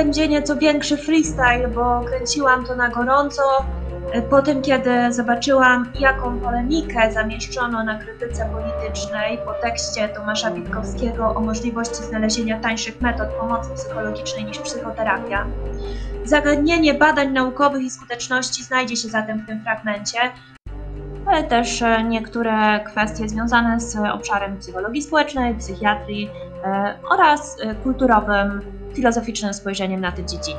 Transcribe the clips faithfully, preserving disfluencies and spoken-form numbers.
będzie nieco większy freestyle, bo kręciłam to na gorąco. Po tym, kiedy zobaczyłam, jaką polemikę zamieszczono na krytyce politycznej po tekście Tomasza Witkowskiego o możliwości znalezienia tańszych metod pomocy psychologicznej niż psychoterapia. Zagadnienie badań naukowych i skuteczności znajdzie się zatem w tym fragmencie, ale też niektóre kwestie związane z obszarem psychologii społecznej, psychiatrii e, oraz kulturowym, filozoficznym spojrzeniem na te dziedziny.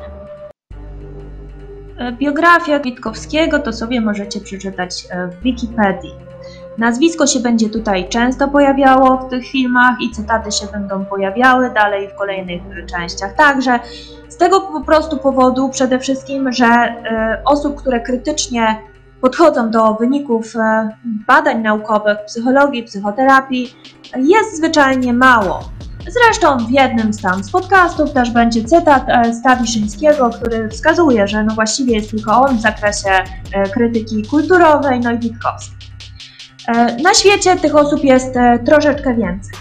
Biografię Witkowskiego to sobie możecie przeczytać w Wikipedii. Nazwisko się będzie tutaj często pojawiało w tych filmach i cytaty się będą pojawiały dalej w kolejnych częściach także. Z tego po prostu powodu przede wszystkim, że osób, które krytycznie podchodzą do wyników badań naukowych, psychologii, psychoterapii jest zwyczajnie mało. Zresztą w jednym z tam z podcastów też będzie cytat Stawiszyńskiego, który wskazuje, że no właściwie jest tylko on w zakresie krytyki kulturowej, no i Witkowski. Na świecie tych osób jest troszeczkę więcej.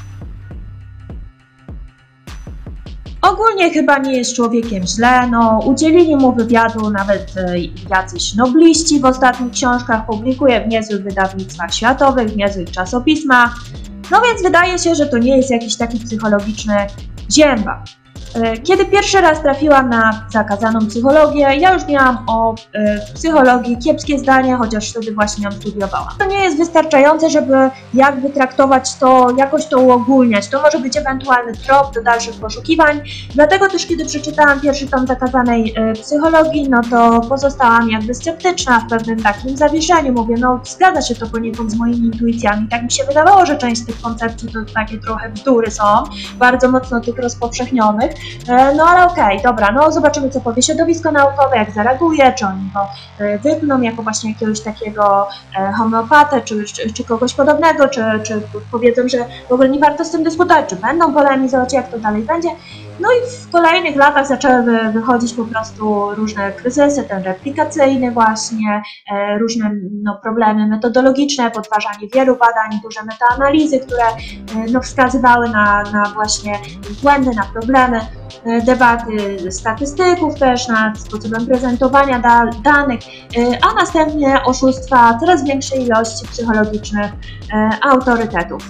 Ogólnie chyba nie jest człowiekiem źle, no udzielili mu wywiadu nawet jacyś nobliści w ostatnich książkach, publikuje w niezłych wydawnictwach światowych, w niezłych czasopismach. No więc wydaje się, że to nie jest jakiś taki psychologiczny zięba. Kiedy pierwszy raz trafiłam na zakazaną psychologię, ja już miałam o y, psychologii kiepskie zdanie, chociaż wtedy właśnie ją studiowałam. To nie jest wystarczające, żeby jakby traktować to, jakoś to uogólniać. To może być ewentualny trop do dalszych poszukiwań. Dlatego też, kiedy przeczytałam pierwszy tom zakazanej y, psychologii, no to pozostałam jakby sceptyczna w pewnym takim zawieszeniu. Mówię, no zgadza się to poniekąd z moimi intuicjami. Tak mi się wydawało, że część z tych koncepcji to takie trochę bzdury są, bardzo mocno tych rozpowszechnionych. No ale okej, okay, dobra, no zobaczymy, co powie środowisko naukowe, jak zareaguje, czy oni go wypną jako właśnie jakiegoś takiego homeopatę, czy, czy, czy kogoś podobnego, czy, czy powiedzą, że w ogóle nie warto z tym dyskutować, czy będą polemizować, jak to dalej będzie. No i w kolejnych latach zaczęły wychodzić po prostu różne kryzysy, ten replikacyjny właśnie, różne no, problemy metodologiczne, podważanie wielu badań, duże metaanalizy, które no, wskazywały na, na właśnie błędy, na problemy, debaty statystyków też nad sposobem prezentowania da, danych, a następnie oszustwa coraz większej ilości psychologicznych autorytetów.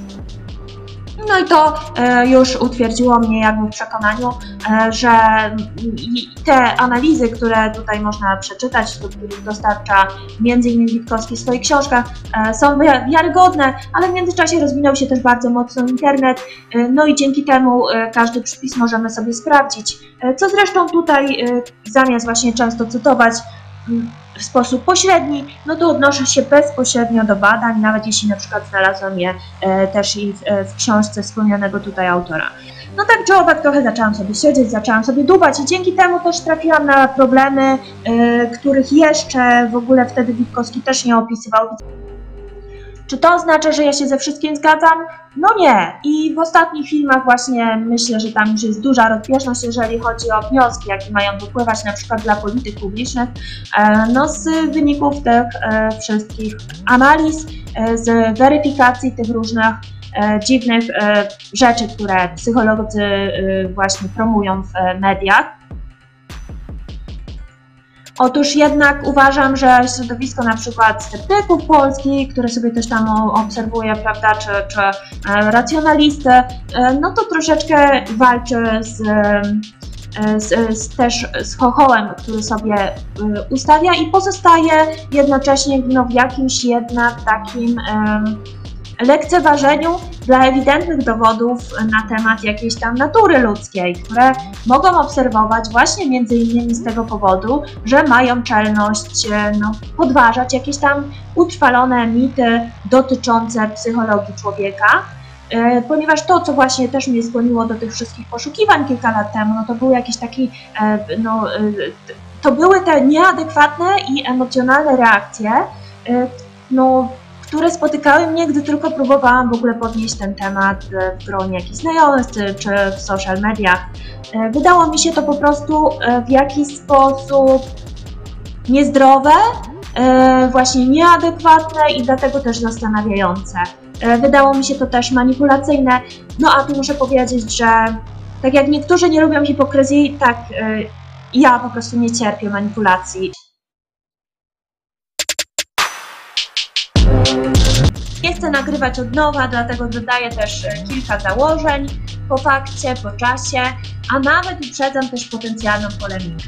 No i to e, już utwierdziło mnie jakby w przekonaniu, e, że te analizy, które tutaj można przeczytać, do których dostarcza między innymi Witkowski w swoich książkach, e, są wiarygodne, ale w międzyczasie rozwinął się też bardzo mocno internet, e, no i dzięki temu e, każdy przypis możemy sobie sprawdzić, e, co zresztą tutaj e, zamiast właśnie często cytować w sposób pośredni, no to odnoszę się bezpośrednio do badań, nawet jeśli na przykład znalazłam je e, też i w, e, w książce wspomnianego tutaj autora. No tak czy owak trochę zaczęłam sobie siedzieć, zaczęłam sobie dłubać i dzięki temu też trafiłam na problemy, e, których jeszcze w ogóle wtedy Witkowski też nie opisywał. Czy to oznacza, że ja się ze wszystkim zgadzam? No nie. I w ostatnich filmach właśnie myślę, że tam już jest duża rozbieżność, jeżeli chodzi o wnioski, jakie mają wypływać na przykład dla polityk publicznych, no z wyników tych wszystkich analiz, z weryfikacji tych różnych dziwnych rzeczy, które psycholodzy właśnie promują w mediach. Otóż jednak uważam, że środowisko na przykład sceptyków polskich, które sobie też tam obserwuję, prawda, czy, czy racjonalisty, no to troszeczkę walczy z, z, z też z chochołem, który sobie ustawia i pozostaje jednocześnie no, w jakimś jednak takim um, lekceważeniu dla ewidentnych dowodów na temat jakiejś tam natury ludzkiej, które mogą obserwować właśnie między innymi z tego powodu, że mają czelność no, podważać jakieś tam utrwalone mity dotyczące psychologii człowieka, e, ponieważ to, co właśnie też mnie skłoniło do tych wszystkich poszukiwań kilka lat temu, no to był jakiś taki, e, no, e, to były te nieadekwatne i emocjonalne reakcje, e, no, które spotykały mnie, gdy tylko próbowałam w ogóle podnieść ten temat w gronie jakichś znajomych czy w social mediach. Wydało mi się to po prostu w jakiś sposób niezdrowe, właśnie nieadekwatne i dlatego też zastanawiające. Wydało mi się to też manipulacyjne, no a tu muszę powiedzieć, że tak jak niektórzy nie lubią hipokryzji, tak Ja po prostu nie cierpię manipulacji. Nie chcę nagrywać od nowa, dlatego dodaję też kilka założeń po fakcie, po czasie, a nawet uprzedzam też potencjalną polemikę.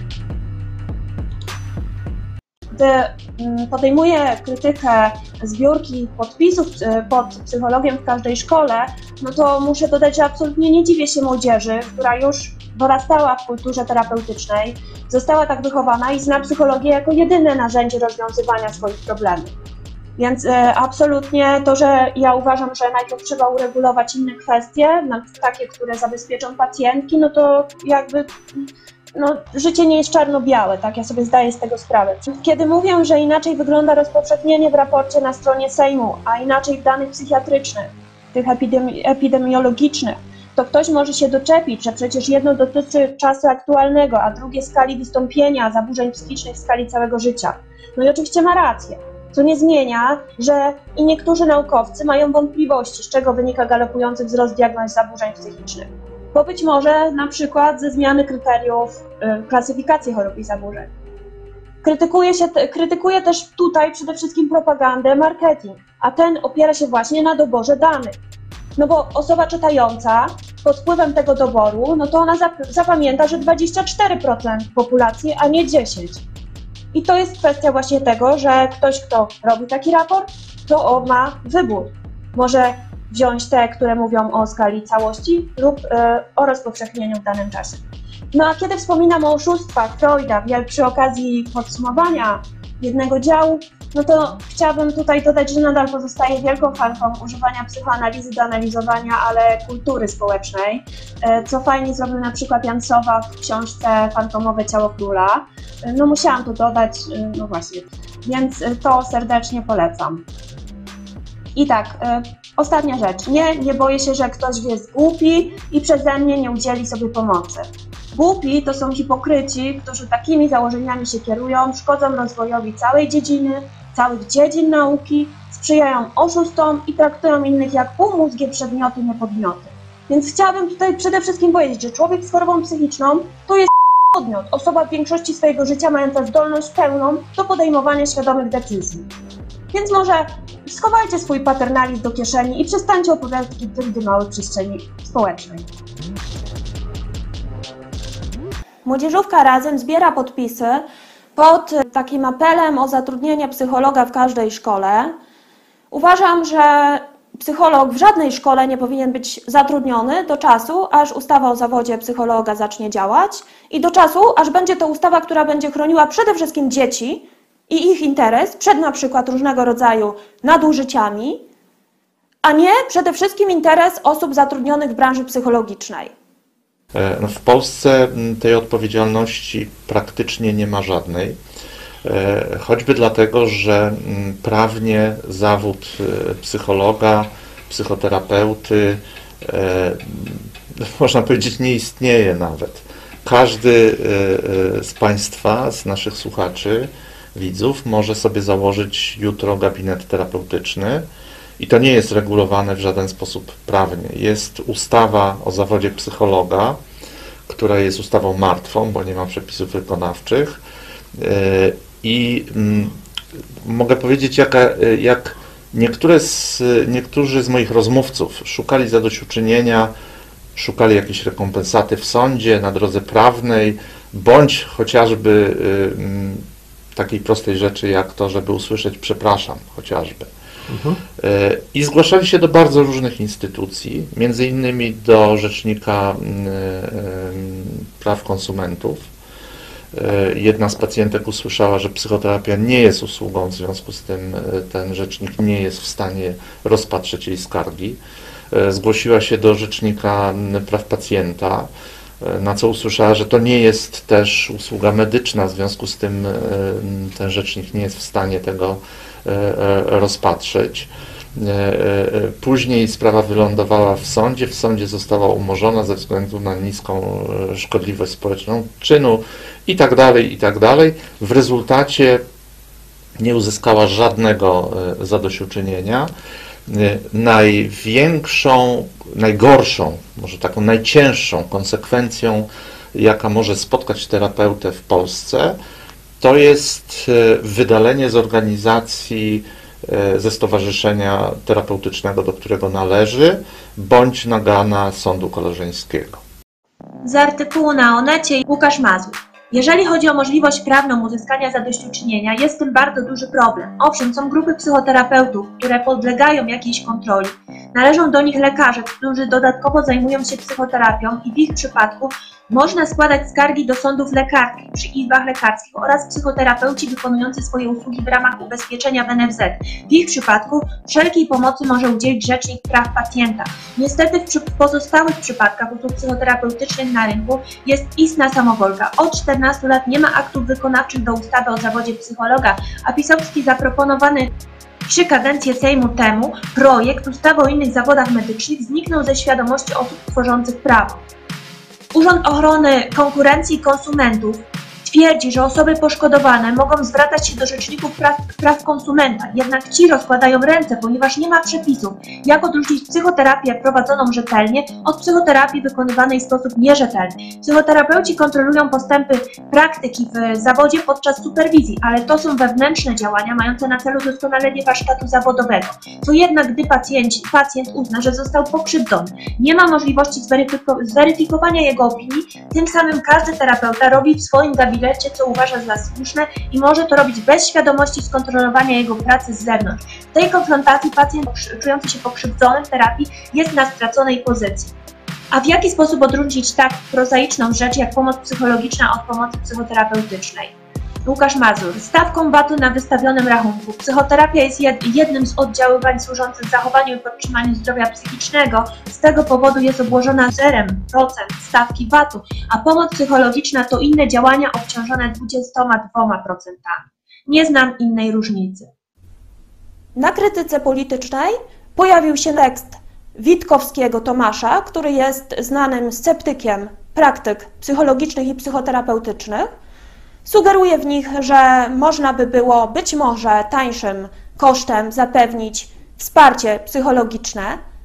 Gdy podejmuję krytykę zbiórki podpisów pod psychologiem w każdej szkole, no to muszę dodać, że absolutnie nie dziwię się młodzieży, która już dorastała w kulturze terapeutycznej, została tak wychowana i zna psychologię jako jedyne narzędzie rozwiązywania swoich problemów. Więc e, absolutnie to, że ja uważam, że najpierw trzeba uregulować inne kwestie, no, takie, które zabezpieczą pacjentki, no to jakby no, życie nie jest czarno-białe, tak? Ja sobie zdaję z tego sprawę. Kiedy mówię, że inaczej wygląda rozpowszechnienie w raporcie na stronie Sejmu, a inaczej w danych psychiatrycznych, tych epidemi epidemiologicznych, to ktoś może się doczepić, że przecież jedno dotyczy czasu aktualnego, a drugie skali wystąpienia zaburzeń psychicznych w skali całego życia. No i oczywiście ma rację. Co nie zmienia, że i niektórzy naukowcy mają wątpliwości, z czego wynika galopujący wzrost diagnoz zaburzeń psychicznych. Bo być może na przykład ze zmiany kryteriów y, klasyfikacji chorób i zaburzeń. Krytykuje, się te, krytykuje też tutaj przede wszystkim propagandę, marketing, a ten opiera się właśnie na doborze danych. No bo osoba czytająca pod wpływem tego doboru, no to ona zap zapamięta, że dwadzieścia cztery procent populacji, a nie dziesięć procent. I to jest kwestia właśnie tego, że ktoś, kto robi taki raport, to on ma wybór. Może wziąć te, które mówią o skali całości lub y, o rozpowszechnieniu w danym czasie. No a kiedy wspominam o oszustwach Freuda przy okazji podsumowania jednego działu, no to chciałabym tutaj dodać, że nadal pozostaję wielką fanką używania psychoanalizy do analizowania, ale kultury społecznej, co fajnie zrobił na przykład Jan Sowa w książce Fantomowe ciało króla. No musiałam to dodać, no właśnie, więc to serdecznie polecam. I tak, ostatnia rzecz. Nie, nie boję się, że ktoś jest głupi i przeze mnie nie udzieli sobie pomocy. Głupi to są hipokryci, którzy takimi założeniami się kierują, szkodzą rozwojowi całej dziedziny, całych dziedzin nauki, sprzyjają oszustom i traktują innych jak półmózgie przedmioty, nie podmioty. Więc chciałabym tutaj przede wszystkim powiedzieć, że człowiek z chorobą psychiczną to jest podmiot, osoba w większości swojego życia mająca zdolność pełną do podejmowania świadomych decyzji. Więc może schowajcie swój paternalizm do kieszeni i przestańcie opowiadać takie dymdymały w przestrzeni społecznej. Młodzieżówka Razem zbiera podpisy pod takim apelem o zatrudnienie psychologa w każdej szkole. Uważam, że psycholog w żadnej szkole nie powinien być zatrudniony do czasu, aż ustawa o zawodzie psychologa zacznie działać i do czasu, aż będzie to ustawa, która będzie chroniła przede wszystkim dzieci i ich interes przed na przykład różnego rodzaju nadużyciami, a nie przede wszystkim interes osób zatrudnionych w branży psychologicznej. No w Polsce tej odpowiedzialności praktycznie nie ma żadnej, choćby dlatego, że prawnie zawód psychologa, psychoterapeuty, można powiedzieć, nie istnieje nawet. Każdy z Państwa, z naszych słuchaczy, widzów, może sobie założyć jutro gabinet terapeutyczny i to nie jest regulowane w żaden sposób prawnie. Jest ustawa o zawodzie psychologa, która jest ustawą martwą, bo nie ma przepisów wykonawczych i mogę powiedzieć, jak, jak niektóre z, niektórzy z moich rozmówców szukali zadośćuczynienia, szukali jakiejś rekompensaty w sądzie, na drodze prawnej, bądź chociażby takiej prostej rzeczy jak to, żeby usłyszeć przepraszam chociażby. Mhm. I zgłaszali się do bardzo różnych instytucji, między innymi do Rzecznika Praw Konsumentów. Jedna z pacjentek usłyszała, że psychoterapia nie jest usługą, w związku z tym ten rzecznik nie jest w stanie rozpatrzeć jej skargi. Zgłosiła się do Rzecznika Praw Pacjenta, na co usłyszała, że to nie jest też usługa medyczna, w związku z tym ten rzecznik nie jest w stanie tego rozpatrzeć. Później sprawa wylądowała w sądzie, w sądzie została umorzona ze względu na niską szkodliwość społeczną czynu i tak dalej, i tak dalej. W rezultacie nie uzyskała żadnego zadośćuczynienia. Największą, najgorszą, może taką najcięższą konsekwencją jaka może spotkać terapeutę w Polsce, to jest wydalenie z organizacji, ze stowarzyszenia terapeutycznego, do którego należy, bądź nagana sądu koleżeńskiego. Z artykułu na Onecie Łukasz Mazur. Jeżeli chodzi o możliwość prawną uzyskania zadośćuczynienia, jest w tym bardzo duży problem. Owszem, są grupy psychoterapeutów, które podlegają jakiejś kontroli. Należą do nich lekarze, którzy dodatkowo zajmują się psychoterapią i w ich przypadku można składać skargi do sądów lekarskich przy izbach lekarskich oraz psychoterapeuci wykonujący swoje usługi w ramach ubezpieczenia w N F Z. W ich przypadku wszelkiej pomocy może udzielić Rzecznik Praw Pacjenta. Niestety w, przy, w pozostałych przypadkach usług psychoterapeutycznych na rynku jest istna samowolka. Od czternastu lat nie ma aktów wykonawczych do ustawy o zawodzie psychologa, a pisowski zaproponowany trzy kadencje Sejmu temu projekt ustawy o innych zawodach medycznych zniknął ze świadomości osób tworzących prawo. Urząd Ochrony Konkurencji i Konsumentów twierdzi, że osoby poszkodowane mogą zwracać się do rzeczników praw, praw konsumenta, jednak ci rozkładają ręce, ponieważ nie ma przepisów, jak odróżnić psychoterapię prowadzoną rzetelnie od psychoterapii wykonywanej w sposób nierzetelny. Psychoterapeuci kontrolują postępy praktyki w zawodzie podczas superwizji, ale to są wewnętrzne działania mające na celu doskonalenie warsztatu zawodowego. Co jednak, gdy pacjent, pacjent uzna, że został pokrzywdzony, nie ma możliwości zweryfiko zweryfikowania jego opinii, tym samym każdy terapeuta robi w swoim gabinecie, co uważa za słuszne i może to robić bez świadomości skontrolowania jego pracy z zewnątrz. W tej konfrontacji pacjent czujący się pokrzywdzony w terapii jest na straconej pozycji. A w jaki sposób odróżnić tak prozaiczną rzecz jak pomoc psychologiczna od pomocy psychoterapeutycznej? Łukasz Mazur. Stawką V A T-u na wystawionym rachunku. Psychoterapia jest jed jednym z oddziaływań służących zachowaniu i podtrzymaniu zdrowia psychicznego. Z tego powodu jest obłożona zerem procent stawki V A T-u, a pomoc psychologiczna to inne działania obciążone dwudziestoma dwoma procentami. Nie znam innej różnicy. Na krytyce politycznej pojawił się tekst Witkowskiego Tomasza, który jest znanym sceptykiem praktyk psychologicznych i psychoterapeutycznych. Sugeruje w nich, że można by było być może tańszym kosztem zapewnić wsparcie psychologiczne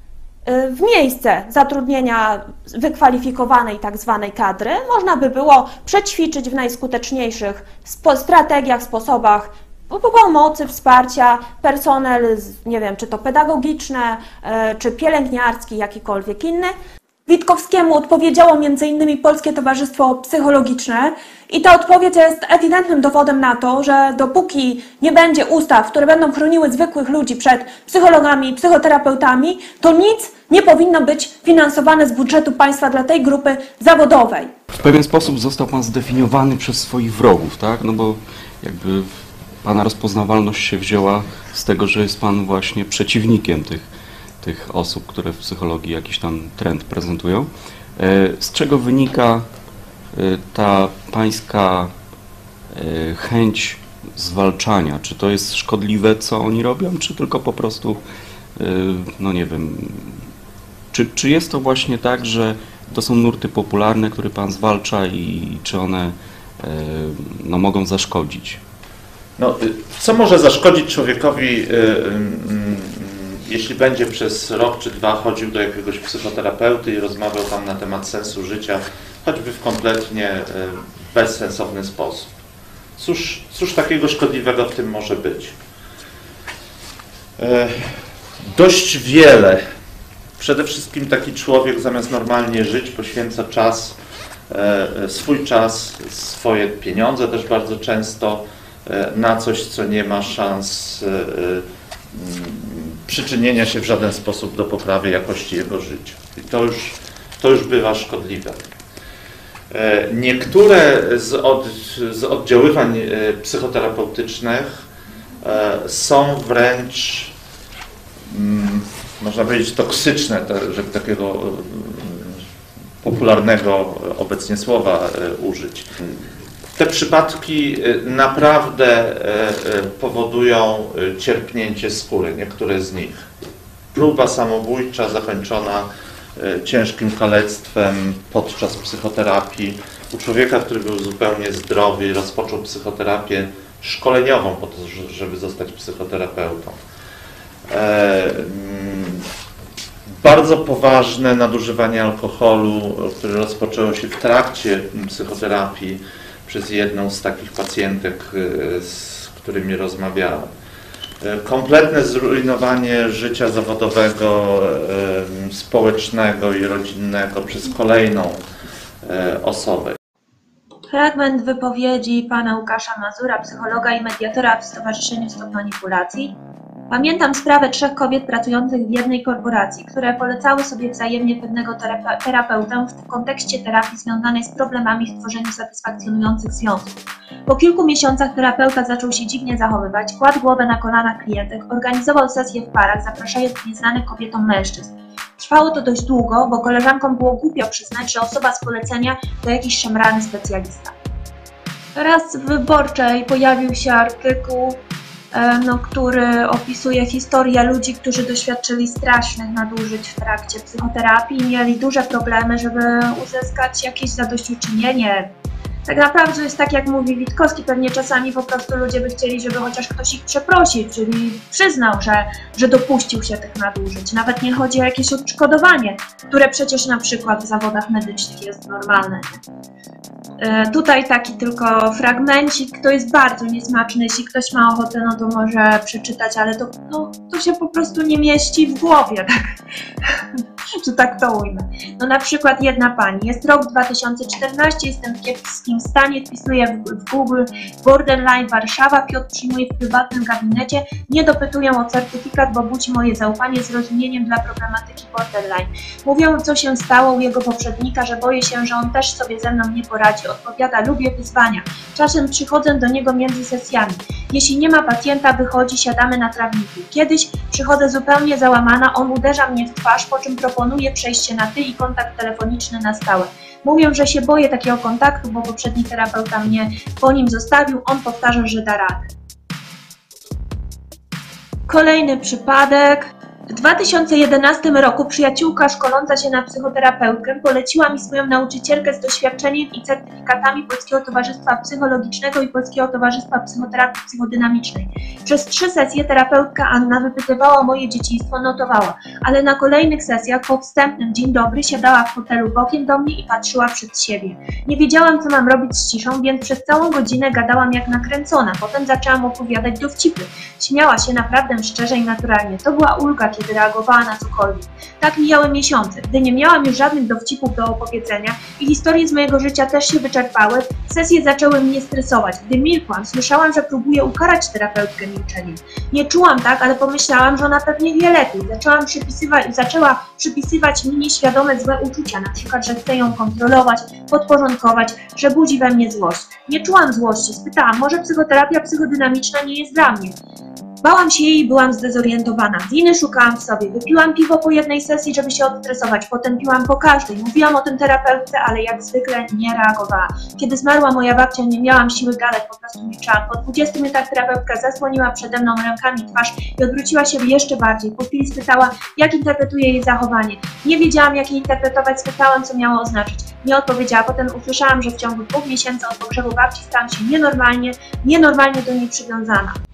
w miejsce zatrudnienia wykwalifikowanej tak zwanej kadry. Można by było przećwiczyć w najskuteczniejszych spo strategiach, sposobach pomocy, wsparcia personel, nie wiem, czy to pedagogiczne, czy pielęgniarski, jakikolwiek inny. Witkowskiemu odpowiedziało między innymi Polskie Towarzystwo Psychologiczne i ta odpowiedź jest ewidentnym dowodem na to, że dopóki nie będzie ustaw, które będą chroniły zwykłych ludzi przed psychologami, psychoterapeutami, to nic nie powinno być finansowane z budżetu państwa dla tej grupy zawodowej. W pewien sposób został Pan zdefiniowany przez swoich wrogów, tak? No bo jakby Pana rozpoznawalność się wzięła z tego, że jest Pan właśnie przeciwnikiem tych tych osób, które w psychologii jakiś tam trend prezentują. Z czego wynika ta pańska chęć zwalczania? Czy to jest szkodliwe, co oni robią, czy tylko po prostu, no nie wiem, czy, czy jest to właśnie tak, że to są nurty popularne, które pan zwalcza i czy one no, mogą zaszkodzić? No, co może zaszkodzić człowiekowi, jeśli będzie przez rok czy dwa chodził do jakiegoś psychoterapeuty i rozmawiał tam na temat sensu życia, choćby w kompletnie bezsensowny sposób? Cóż, cóż takiego szkodliwego w tym może być? Dość wiele. Przede wszystkim taki człowiek zamiast normalnie żyć poświęca czas, swój czas, swoje pieniądze też bardzo często na coś, co nie ma szans przyczynienia się w żaden sposób do poprawy jakości jego życia. I to już, to już bywa szkodliwe. Niektóre z, od, z oddziaływań psychoterapeutycznych są wręcz, można powiedzieć, toksyczne, żeby takiego popularnego obecnie słowa użyć. Te przypadki naprawdę powodują cierpnięcie skóry, niektóre z nich. Próba samobójcza zakończona ciężkim kalectwem podczas psychoterapii. U człowieka, który był zupełnie zdrowy, rozpoczął psychoterapię szkoleniową po to, żeby zostać psychoterapeutą. Bardzo bardzo poważne nadużywanie alkoholu, które rozpoczęło się w trakcie psychoterapii przez jedną z takich pacjentek, z którymi rozmawiałem. Kompletne zrujnowanie życia zawodowego, społecznego i rodzinnego przez kolejną osobę. Fragment wypowiedzi pana Łukasza Mazura, psychologa i mediatora w Stowarzyszeniu Stop Manipulacji. Pamiętam sprawę trzech kobiet pracujących w jednej korporacji, które polecały sobie wzajemnie pewnego terapeutę w kontekście terapii związanej z problemami w tworzeniu satysfakcjonujących związków. Po kilku miesiącach terapeuta zaczął się dziwnie zachowywać, kładł głowę na kolanach klientek, organizował sesje w parach, zapraszając nieznanych kobietom mężczyzn. Trwało to dość długo, bo koleżankom było głupio przyznać, że osoba z polecenia to jakiś szemrany specjalista. Raz w Wyborczej pojawił się artykuł, no, który opisuje historię ludzi, którzy doświadczyli strasznych nadużyć w trakcie psychoterapii i mieli duże problemy, żeby uzyskać jakieś zadośćuczynienie. Tak naprawdę jest tak, jak mówi Witkowski, pewnie czasami po prostu ludzie by chcieli, żeby chociaż ktoś ich przeprosił, czyli przyznał, że, że dopuścił się tych nadużyć. Nawet nie chodzi o jakieś odszkodowanie, które przecież na przykład w zawodach medycznych jest normalne. E, tutaj taki tylko fragmencik, to jest bardzo niesmaczny, jeśli ktoś ma ochotę, no to może przeczytać, ale to, no, to się po prostu nie mieści w głowie, tak? Czy tak to ujmę. No na przykład jedna pani, jest rok dwa tysiące czternasty, jestem w kiepskim stanie, wpisuję w, w Google borderline Warszawa, Piotr przyjmuje w prywatnym gabinecie, nie dopytuję o certyfikat, bo budzi moje zaufanie zrozumieniem dla problematyki borderline. Mówię, co się stało u jego poprzednika, że boję się, że on też sobie ze mną nie poradzi. Odpowiada, lubię wyzwania. Czasem przychodzę do niego między sesjami. Jeśli nie ma pacjenta, wychodzi, siadamy na trawniku. Kiedyś przychodzę zupełnie załamana, on uderza mnie w twarz, po czym proponuje przejście na ty i kontakt telefoniczny na stałe. Mówię, że się boję takiego kontaktu, bo poprzedni terapeuta mnie po nim zostawił, on powtarza, że da radę. Kolejny przypadek. W dwa tysiące jedenastym roku przyjaciółka szkoląca się na psychoterapeutkę poleciła mi swoją nauczycielkę z doświadczeniem i certyfikatami Polskiego Towarzystwa Psychologicznego i Polskiego Towarzystwa Psychoterapii Psychodynamicznej. Przez trzy sesje terapeutka Anna wypytywała o moje dzieciństwo, notowała, ale na kolejnych sesjach po wstępnym dzień dobry siadała w fotelu bokiem do mnie i patrzyła przed siebie. Nie wiedziałam, co mam robić z ciszą, więc przez całą godzinę gadałam jak nakręcona. Potem zaczęłam opowiadać dowcipy. Śmiała się naprawdę szczerze i naturalnie. To była ulga, kiedy reagowała na cokolwiek. Tak mijały miesiące. Gdy nie miałam już żadnych dowcipów do opowiedzenia i historie z mojego życia też się wyczerpały, sesje zaczęły mnie stresować. Gdy milkłam, słyszałam, że próbuje ukarać terapeutkę milczeniem. Nie czułam tak, ale pomyślałam, że ona pewnie wie lepiej. Zaczęłam przypisywać, zaczęła przypisywać mi nieświadome złe uczucia, na przykład, że chcę ją kontrolować, podporządkować, że budzi we mnie złość. Nie czułam złości. Spytałam, może psychoterapia psychodynamiczna nie jest dla mnie. Bałam się jej i byłam zdezorientowana. Winy szukałam w sobie. Wypiłam piwo po jednej sesji, żeby się odstresować. Potem piłam po każdej. Mówiłam o tym terapeutce, ale jak zwykle nie reagowała. Kiedy zmarła moja babcia, nie miałam siły gadać, po prostu milczałam. Po dwudziestu minutach terapeutka zasłoniła przede mną rękami twarz i odwróciła się jeszcze bardziej. Po chwili spytała, jak interpretuje jej zachowanie. Nie wiedziałam, jak jej interpretować, spytałam, co miało oznaczyć. Nie odpowiedziała. Potem usłyszałam, że w ciągu dwóch miesięcy od pogrzebu babci stałam się nienormalnie, nienormalnie do niej przywiązana.